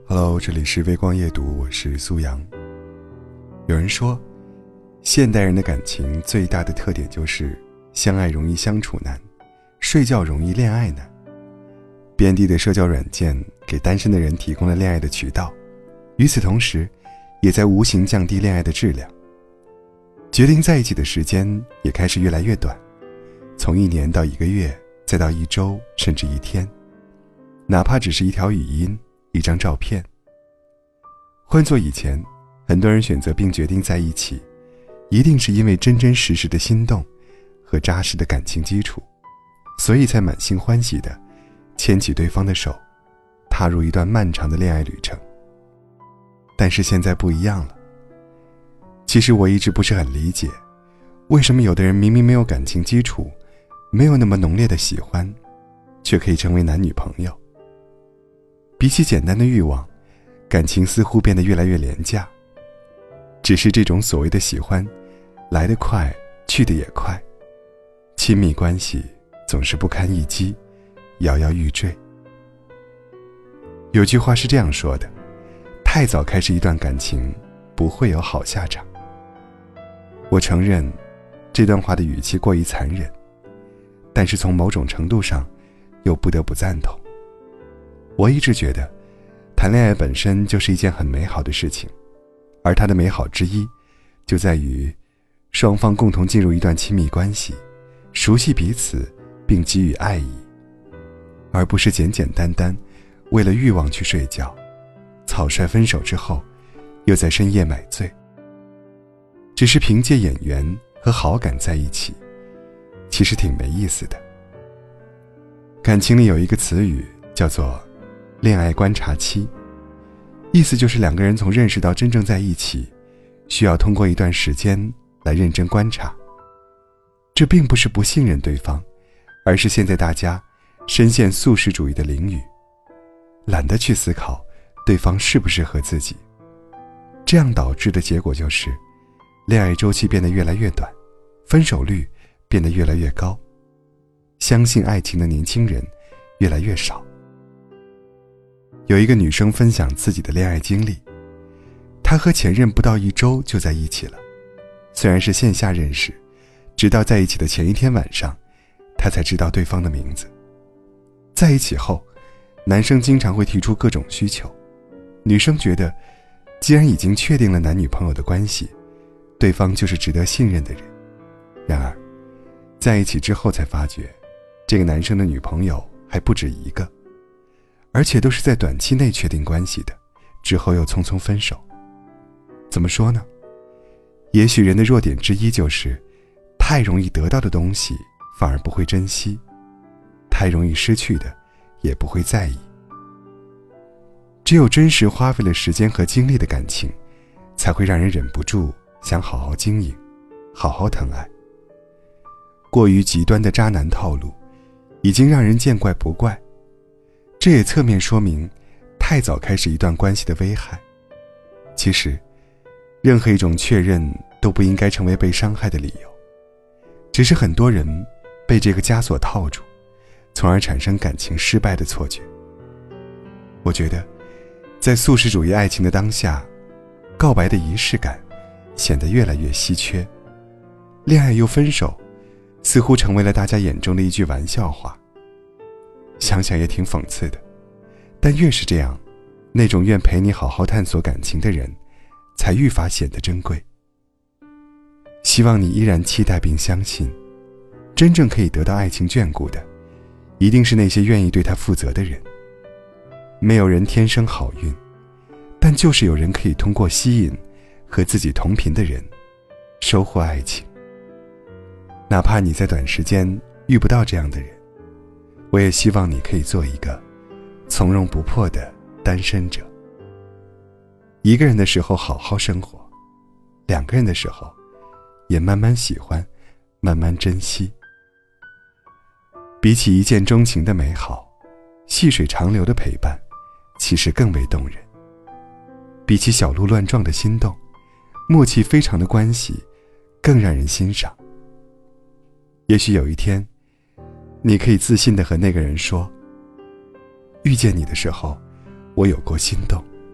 Hello， 这里是微光夜读，我是苏阳。有人说，现代人的感情最大的特点就是相爱容易相处难，睡觉容易恋爱难。遍地的社交软件给单身的人提供了恋爱的渠道，与此同时，也在无形降低恋爱的质量。决定在一起的时间也开始越来越短，从1年到1个月，再到1周，甚至1天，哪怕只是一条语音，一张照片。换作以前，很多人选择并决定在一起，一定是因为真真实实的心动和扎实的感情基础，所以才满心欢喜地牵起对方的手，踏入一段漫长的恋爱旅程。但是现在不一样了。其实我一直不是很理解，为什么有的人明明没有感情基础，没有那么浓烈的喜欢，却可以成为男女朋友。比起简单的欲望，感情似乎变得越来越廉价。只是这种所谓的喜欢，来得快，去得也快。亲密关系总是不堪一击，摇摇欲坠。有句话是这样说的，太早开始一段感情，不会有好下场。我承认，这段话的语气过于残忍，但是从某种程度上，又不得不赞同。我一直觉得，谈恋爱本身就是一件很美好的事情，而它的美好之一，就在于双方共同进入一段亲密关系，熟悉彼此，并给予爱意，而不是简简单单为了欲望去睡觉，草率分手之后，又在深夜买醉。只是凭借眼缘和好感在一起，其实挺没意思的。感情里有一个词语叫做恋爱观察期，意思就是两个人从认识到真正在一起，需要通过一段时间来认真观察。这并不是不信任对方，而是现在大家深陷速食主义的囹圄，懒得去思考对方适不适合自己。这样导致的结果就是恋爱周期变得越来越短，分手率变得越来越高，相信爱情的年轻人越来越少。有一个女生分享自己的恋爱经历，她和前任不到1周就在一起了，虽然是线下认识，直到在一起的前一天晚上，她才知道对方的名字。在一起后，男生经常会提出各种需求，女生觉得既然已经确定了男女朋友的关系，对方就是值得信任的人。然而在一起之后才发觉，这个男生的女朋友还不止一个，而且都是在短期内确定关系的，之后又匆匆分手。怎么说呢？也许人的弱点之一就是太容易得到的东西反而不会珍惜，太容易失去的也不会在意。只有真实花费了时间和精力的感情，才会让人忍不住想好好经营，好好疼爱。过于极端的渣男套路已经让人见怪不怪，这也侧面说明太早开始一段关系的危害。其实任何一种确认都不应该成为被伤害的理由，只是很多人被这个枷锁套住，从而产生感情失败的错觉。我觉得在速食主义爱情的当下，告白的仪式感显得越来越稀缺，恋爱又分手似乎成为了大家眼中的一句玩笑话。想想也挺讽刺的，但越是这样，那种愿陪你好好探索感情的人才愈发显得珍贵。希望你依然期待并相信，真正可以得到爱情眷顾的，一定是那些愿意对他负责的人。没有人天生好运，但就是有人可以通过吸引和自己同频的人收获爱情。哪怕你在短时间遇不到这样的人，我也希望你可以做一个从容不迫的单身者。一个人的时候好好生活，两个人的时候也慢慢喜欢，慢慢珍惜。比起一见钟情的美好，细水长流的陪伴其实更为动人。比起小鹿乱撞的心动，默契非常的关系更让人欣赏。也许有一天，你可以自信地和那个人说，遇见你的时候，我有过心动，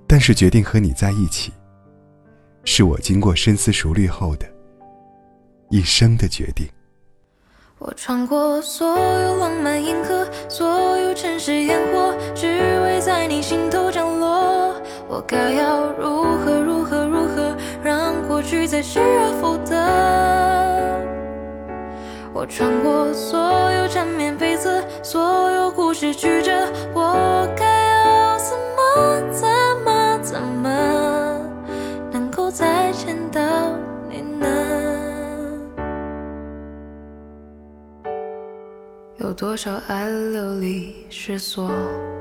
但是决定和你在一起，是我经过深思熟虑后的一生的决定。 我穿过所有浪漫银河，所有城市烟火，只为在你心头降落。我该要如何让过去再失而复得？我穿过所有缠绵悱恻，所有故事曲折，我该要怎么能够再见到你呢？有多少爱流离失所，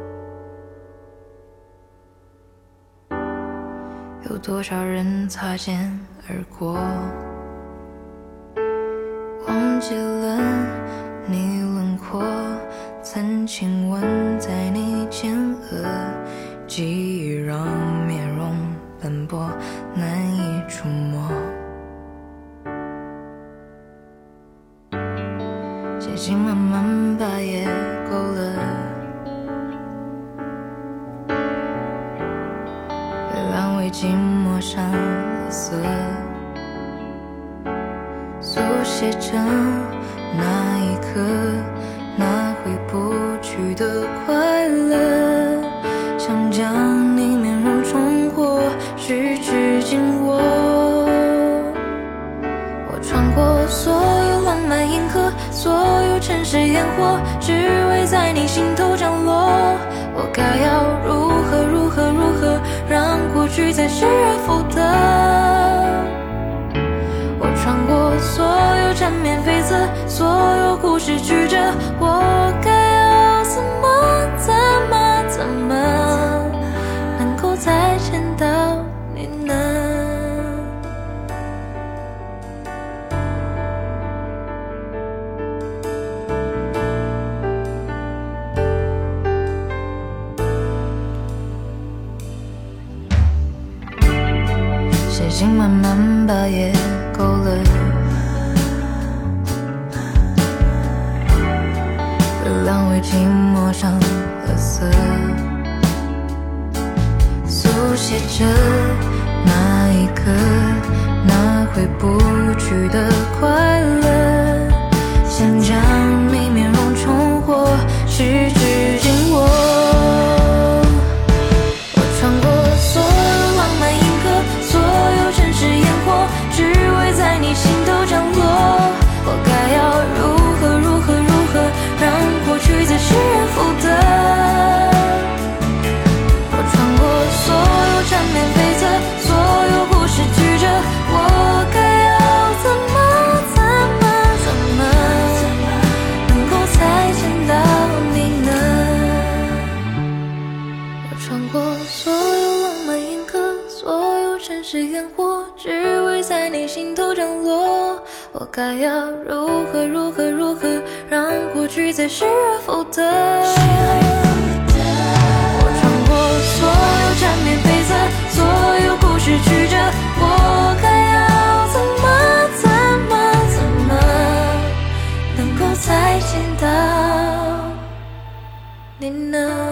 有多少人擦肩而过，忘记了你轮廓，曾亲吻在你前额，记忆让面容斑驳，难以触摸。写信慢慢把夜勾勒，月亮为寂寞上了色，书写着那一刻那回不去的快乐，想将你面容重活，十指紧握。我穿过所有浪漫银河，所有城市烟火，只为在你心头降落。我该要如何让过去再失而复得？我穿过所有缠绵悱恻，所有故事曲折，我该要怎么能够再见到你呢？写信慢慢把夜勾勒，月亮为寂寞上了色，书写着那一刻那回不去的快乐，想将你面容重活，十指紧握。我穿过所有浪漫银河，所有城市烟火，只为在你心头降落。我该要如何让过去再失而复得？我穿过所有缠绵悱恻，所有故事曲折，我该要怎么能够再见到你呢？我穿过所有浪漫银河，所有城市烟火，只为在你心头降落。我该要如何让过去再失而复得？我穿过所有缠绵悱恻，所有故事曲折，我该要怎么能够再见到你呢？